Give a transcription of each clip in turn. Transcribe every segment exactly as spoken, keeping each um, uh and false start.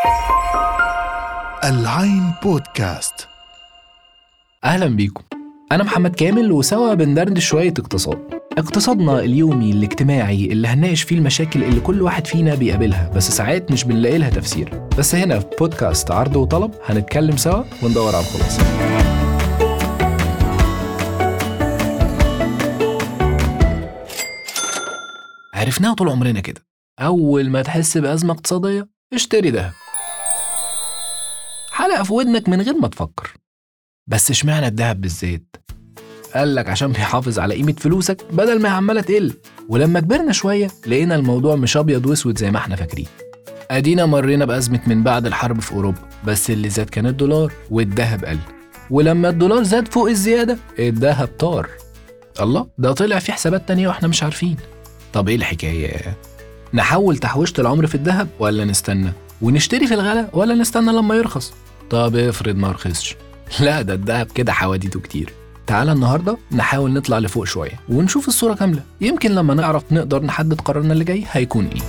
العين بودكاست. أهلا بيكم، أنا محمد كامل وسوا بندردش شوية اقتصاد. اقتصادنا اليومي الاجتماعي اللي هنناقش فيه المشاكل اللي كل واحد فينا بيقابلها بس ساعات مش بنلاقي لها تفسير. بس هنا في بودكاست عرض وطلب هنتكلم سوا وندور على الخلاصة. عرفناها طول عمرنا كده، أول ما تحس بأزمة اقتصادية اشتري دهب. حلقة في ودنك من غير ما تفكر. بس اشمعنى الدهب بالذات؟ قالك عشان بيحافظ على قيمة فلوسك بدل ما عمالة تقل. ولما كبرنا شوية لقينا الموضوع مش أبيض واسود زي ما احنا فاكرين. أدينا مرينا بأزمة من بعد الحرب في أوروبا، بس اللي زاد كان الدولار والدهب قل. ولما الدولار زاد فوق الزيادة الدهب طار. الله، ده طلع في حسابات تانية واحنا مش عارفين. طب ايه الحكاية؟ نحول تحويشة العمر في الدهب ولا نستنى؟ ونشتري في الغلا ولا نستنى لما يرخص؟ طب افرض ما رخصش؟ لا، ده الدهب كده حواديته كتير. تعالى النهاردة نحاول نطلع لفوق شوية ونشوف الصورة كاملة، يمكن لما نعرف نقدر نحدد قرارنا اللي جاي هيكون ايه.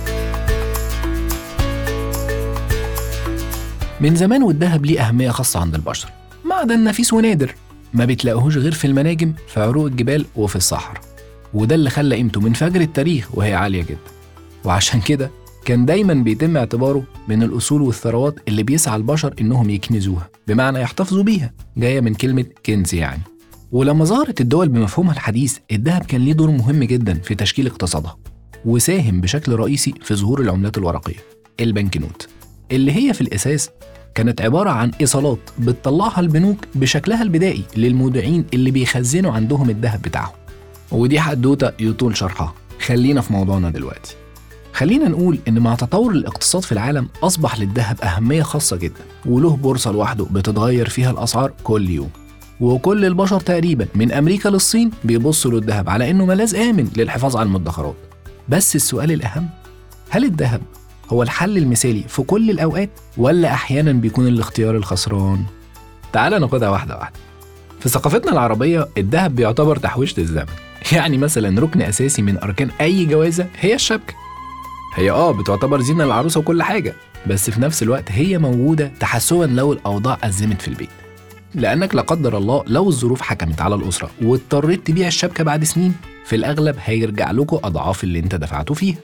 من زمان والدهب ليه أهمية خاصة عند البشر، معدن نفيس ونادر ما بتلاقوهوش غير في المناجم، في عروق الجبال وفي الصحراء، وده اللي خلى قيمته من فجر التاريخ وهي عالية جدا. وعشان كده كان دايما بيتم اعتباره من الأصول والثروات اللي بيسعى البشر إنهم يكنزوها، بمعنى يحتفظوا بيها، جاية من كلمة كنز يعني. ولما ظهرت الدول بمفهومها الحديث الدهب كان ليه دور مهم جدا في تشكيل اقتصادها، وساهم بشكل رئيسي في ظهور العملات الورقية البنكنوت، اللي هي في الأساس كانت عبارة عن إيصالات بتطلعها البنوك بشكلها البدائي للمودعين اللي بيخزنوا عندهم الدهب بتاعهم. ودي حدوتة يطول شرحها، خلينا في موضوعنا دلوقتي. خلينا نقول إن مع تطور الاقتصاد في العالم أصبح للذهب أهمية خاصة جدا، وله بورصة لوحده بتتغير فيها الأسعار كل يوم. وكل البشر تقريبا من أمريكا للصين بيبصوا للذهب على إنه ملاذ آمن للحفاظ على المدخرات. بس السؤال الأهم، هل الذهب هو الحل المثالي في كل الأوقات ولا أحيانا بيكون الاختيار الخسران؟ تعال ناخدها واحدة واحدة. في ثقافتنا العربية الذهب بيعتبر تحويشة الزمن، يعني مثلا ركن أساسي من أركان أي جوازة هي الشبكة. هي آه بتعتبر زينة للعروسة وكل حاجة، بس في نفس الوقت هي موجودة تحسبا لو الأوضاع أزمت في البيت، لأنك لا قدر الله لو الظروف حكمت على الأسرة واضطريت تبيع الشبكة بعد سنين، في الأغلب هيرجع لكم أضعاف اللي انت دفعته فيها.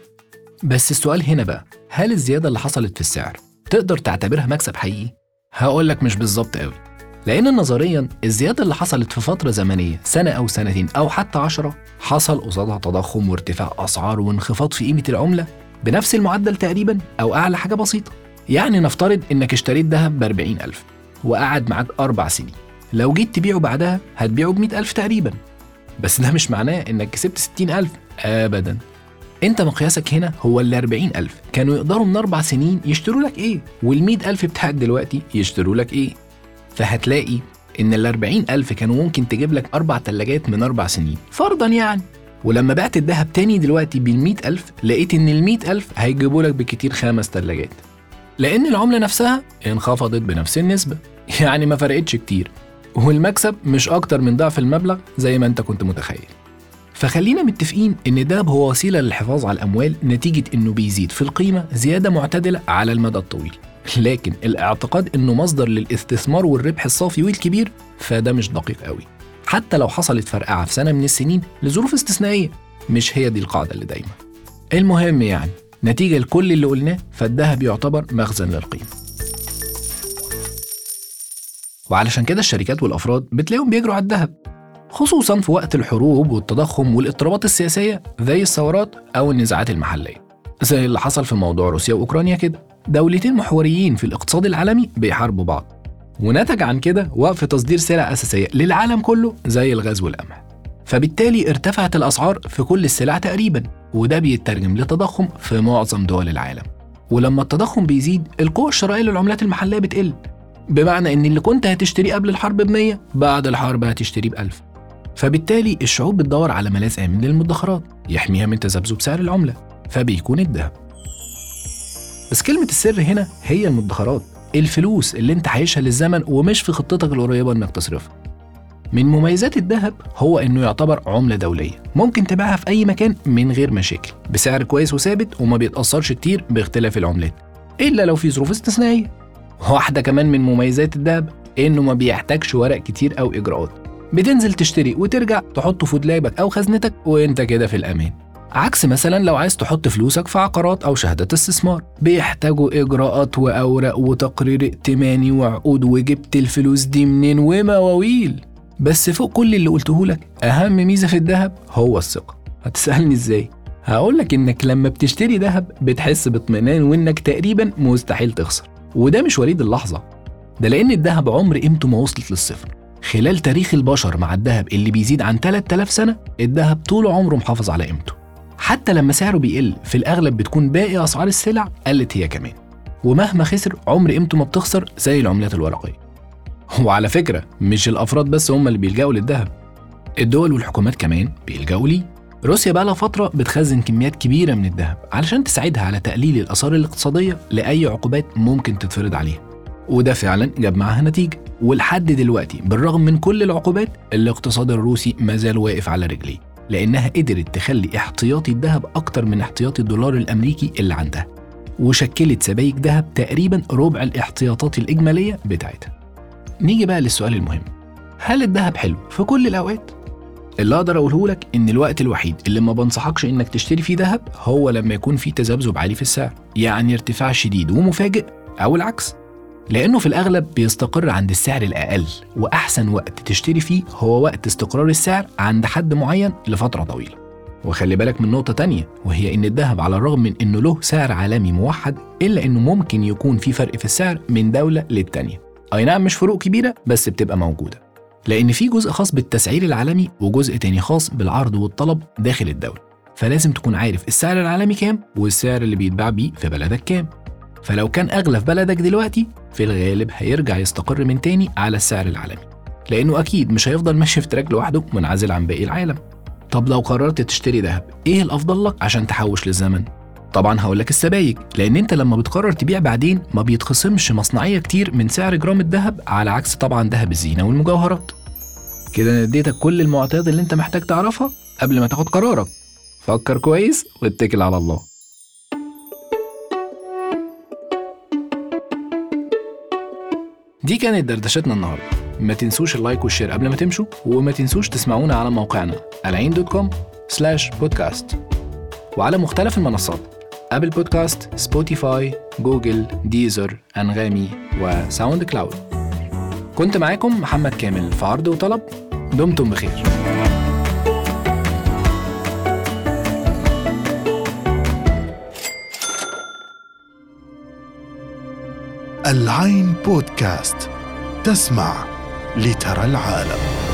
بس السؤال هنا بقى، هل الزيادة اللي حصلت في السعر تقدر تعتبرها مكسب حقيقي؟ هقولك مش بالظبط قوي، لأن نظرياً الزيادة اللي حصلت في فترة زمنية سنة أو سنتين أو حتى عشرة حصل قصادها تضخم وارتفاع أسعار وانخفاض في قيمة العملة بنفس المعدل تقريباً أو أعلى حاجة بسيطة. يعني نفترض إنك اشتريت دهب بأربعين ألف وقعد معاك أربع سنين، لو جيت تبيعه بعدها هتبيعه بمئة ألف تقريباً. بس ده مش معناه إنك كسبت ستين ألف أبداً. انت مقياسك هنا هو ال أربعين ألف كانوا يقدروا من أربع سنين يشتروا لك إيه، والمئة ألف بتاعك دلوقتي يشتروا لك إيه. فهتلاقي إن ال أربعين ألف كانوا ممكن تجيب لك أربع تلاجات من أربع سنين فرضاً يعني، ولما بعت الذهب تاني دلوقتي بالمئة ألف لقيت إن المئة ألف هيجيبوا لك بكتير خمس تلاجات، لأن العملة نفسها انخفضت بنفس النسبة، يعني ما فرقتش كتير، والمكسب مش أكتر من ضعف المبلغ زي ما أنت كنت متخيل. فخلينا متفقين إن الدهب هو وسيلة للحفاظ على الأموال نتيجة إنه بيزيد في القيمة زيادة معتدلة على المدى الطويل، لكن الاعتقاد إنه مصدر للاستثمار والربح الصافي والكبير فده مش دقيق قوي. حتى لو حصلت فرقعة في سنة من السنين لظروف استثنائية، مش هي دي القاعدة اللي دايما. المهم يعني نتيجة لكل اللي قلناه فالدهب يعتبر مخزن للقيمة. وعلشان كده الشركات والأفراد بتلاقيهم بيجروا على الدهب، خصوصاً في وقت الحروب والتضخم والاضطرابات السياسية زي الثورات أو النزاعات المحلية، زي اللي حصل في موضوع روسيا وأوكرانيا كده. دولتين محوريين في الاقتصاد العالمي بيحاربوا بعض، ونتج عن كده وقف تصدير سلع أساسية للعالم كله زي الغاز والقمح. فبالتالي ارتفعت الأسعار في كل السلع تقريباً، وده بيترجم لتضخم في معظم دول العالم. ولما التضخم بيزيد القوة الشرائية للعملات المحلية بتقل، بمعنى إن اللي كنت هتشتريه قبل الحرب بمية بعد الحرب هتشتريه بألف. فبالتالي الشعوب بتدور على ملاذ آمن للمدخرات يحميها من تذبذب سعر العملة، فبيكون الذهب. بس كلمة السر هنا هي المدخرات، الفلوس اللي انت عايشها للزمن ومش في خطتك القريبة انك تصرفها. من مميزات الذهب هو انه يعتبر عملة دولية ممكن تبيعها في اي مكان من غير مشاكل بسعر كويس وثابت، وما بيتأثرش كتير باختلاف العملات. إلا لو في ظروف استثنائية. واحدة كمان من مميزات الذهب إنه ما بيحتاجش ورق كتير أو إجراءات، بتنزل تشتري وترجع تحطه في دولابك أو خزنتك وإنت كده في الأمان. عكس مثلا لو عايز تحط فلوسك في عقارات أو شهادات استثمار، بيحتاجوا إجراءات وأوراق وتقرير ائتماني وعقود وجبت الفلوس دي منين ومواويل. بس فوق كل اللي قلته لك، أهم ميزة في الذهب هو الثقة. هتسألني إزاي؟ هقولك إنك لما بتشتري ذهب بتحس باطمئنان وإنك تقريبا مستحيل تخسر. وده مش وليد اللحظة، ده لأن الذهب عمر قيمته ما وصلت للصفر. خلال تاريخ البشر مع الذهب اللي بيزيد عن ثلاثة آلاف سنة، الذهب طول عمره محافظ على قيمته. حتى لما سعره بيقل في الأغلب بتكون باقي أسعار السلع قلت هي كمان، ومهما خسر عمر قيمته ما بتخسر زي العملات الورقية. وعلى فكرة مش الأفراد بس هم اللي بيلجأوا للذهب، الدول والحكومات كمان بيلجأوا ليه. روسيا بقى لها فترة بتخزن كميات كبيرة من الذهب علشان تساعدها على تقليل الآثار الاقتصادية لأي عقوبات ممكن تتفرض عليها، وده فعلا جاب معاها نتيجة. ولحد دلوقتي بالرغم من كل العقوبات، الاقتصاد الروسي ما زال واقف على رجليه، لأنها قدرت تخلي احتياطي الذهب أكتر من احتياطي الدولار الأمريكي اللي عندها، وشكلت سبائك ذهب تقريبا ربع الاحتياطات الإجمالية بتاعتها. نيجي بقى للسؤال المهم، هل الذهب حلو في كل الأوقات؟ اللي أقدر أقوله لك إن الوقت الوحيد اللي ما بنصحكش إنك تشتري فيه ذهب هو لما يكون فيه تذبذب عالي في السعر، يعني ارتفاع شديد ومفاجئ أو العكس، لأنه في الأغلب بيستقر عند السعر الأقل. وأحسن وقت تشتري فيه هو وقت استقرار السعر عند حد معين لفترة طويلة. وخلي بالك من نقطة تانية، وهي إن الذهب على الرغم من إنه له سعر عالمي موحد، إلا إنه ممكن يكون في فرق في السعر من دولة للتانية. أي نعم مش فروق كبيرة، بس بتبقى موجودة، لأن في جزء خاص بالتسعير العالمي وجزء تاني خاص بالعرض والطلب داخل الدولة. فلازم تكون عارف السعر العالمي كام والسعر اللي بيتباع بيه في بلدك كام. فلو كان أغلى في بلدك دلوقتي، في الغالب هيرجع يستقر من تاني على السعر العالمي، لأنه أكيد مش هيفضل ماشي في تراك لوحده منعزل عن باقي العالم. طب لو قررت تشتري ذهب، إيه الأفضل لك عشان تحوش للزمن؟ طبعا هقولك السبائك، لأن أنت لما بتقرر تبيع بعدين ما بيتخصمش مصنعية كتير من سعر جرام الذهب، على عكس طبعا ذهب الزينة والمجوهرات. كده أنا اديتك كل المعطيات اللي أنت محتاج تعرفها قبل ما تاخد قرارك. فكر كويس واتكل على الله. دي كانت دردشتنا النهاردة. ما تنسوش اللايك والشير قبل ما تمشوا، وما تنسوش تسمعونا على موقعنا العين دوت كوم سلاش بودكاست، وعلى مختلف المنصات: أبل بودكاست، سبوتيفاي، جوجل، ديزر، أنغامي، وساوند كلاود. كنت معاكم محمد كامل في عرض وطلب. دمتم بخير. العين بودكاست، تسمع لترى العالم.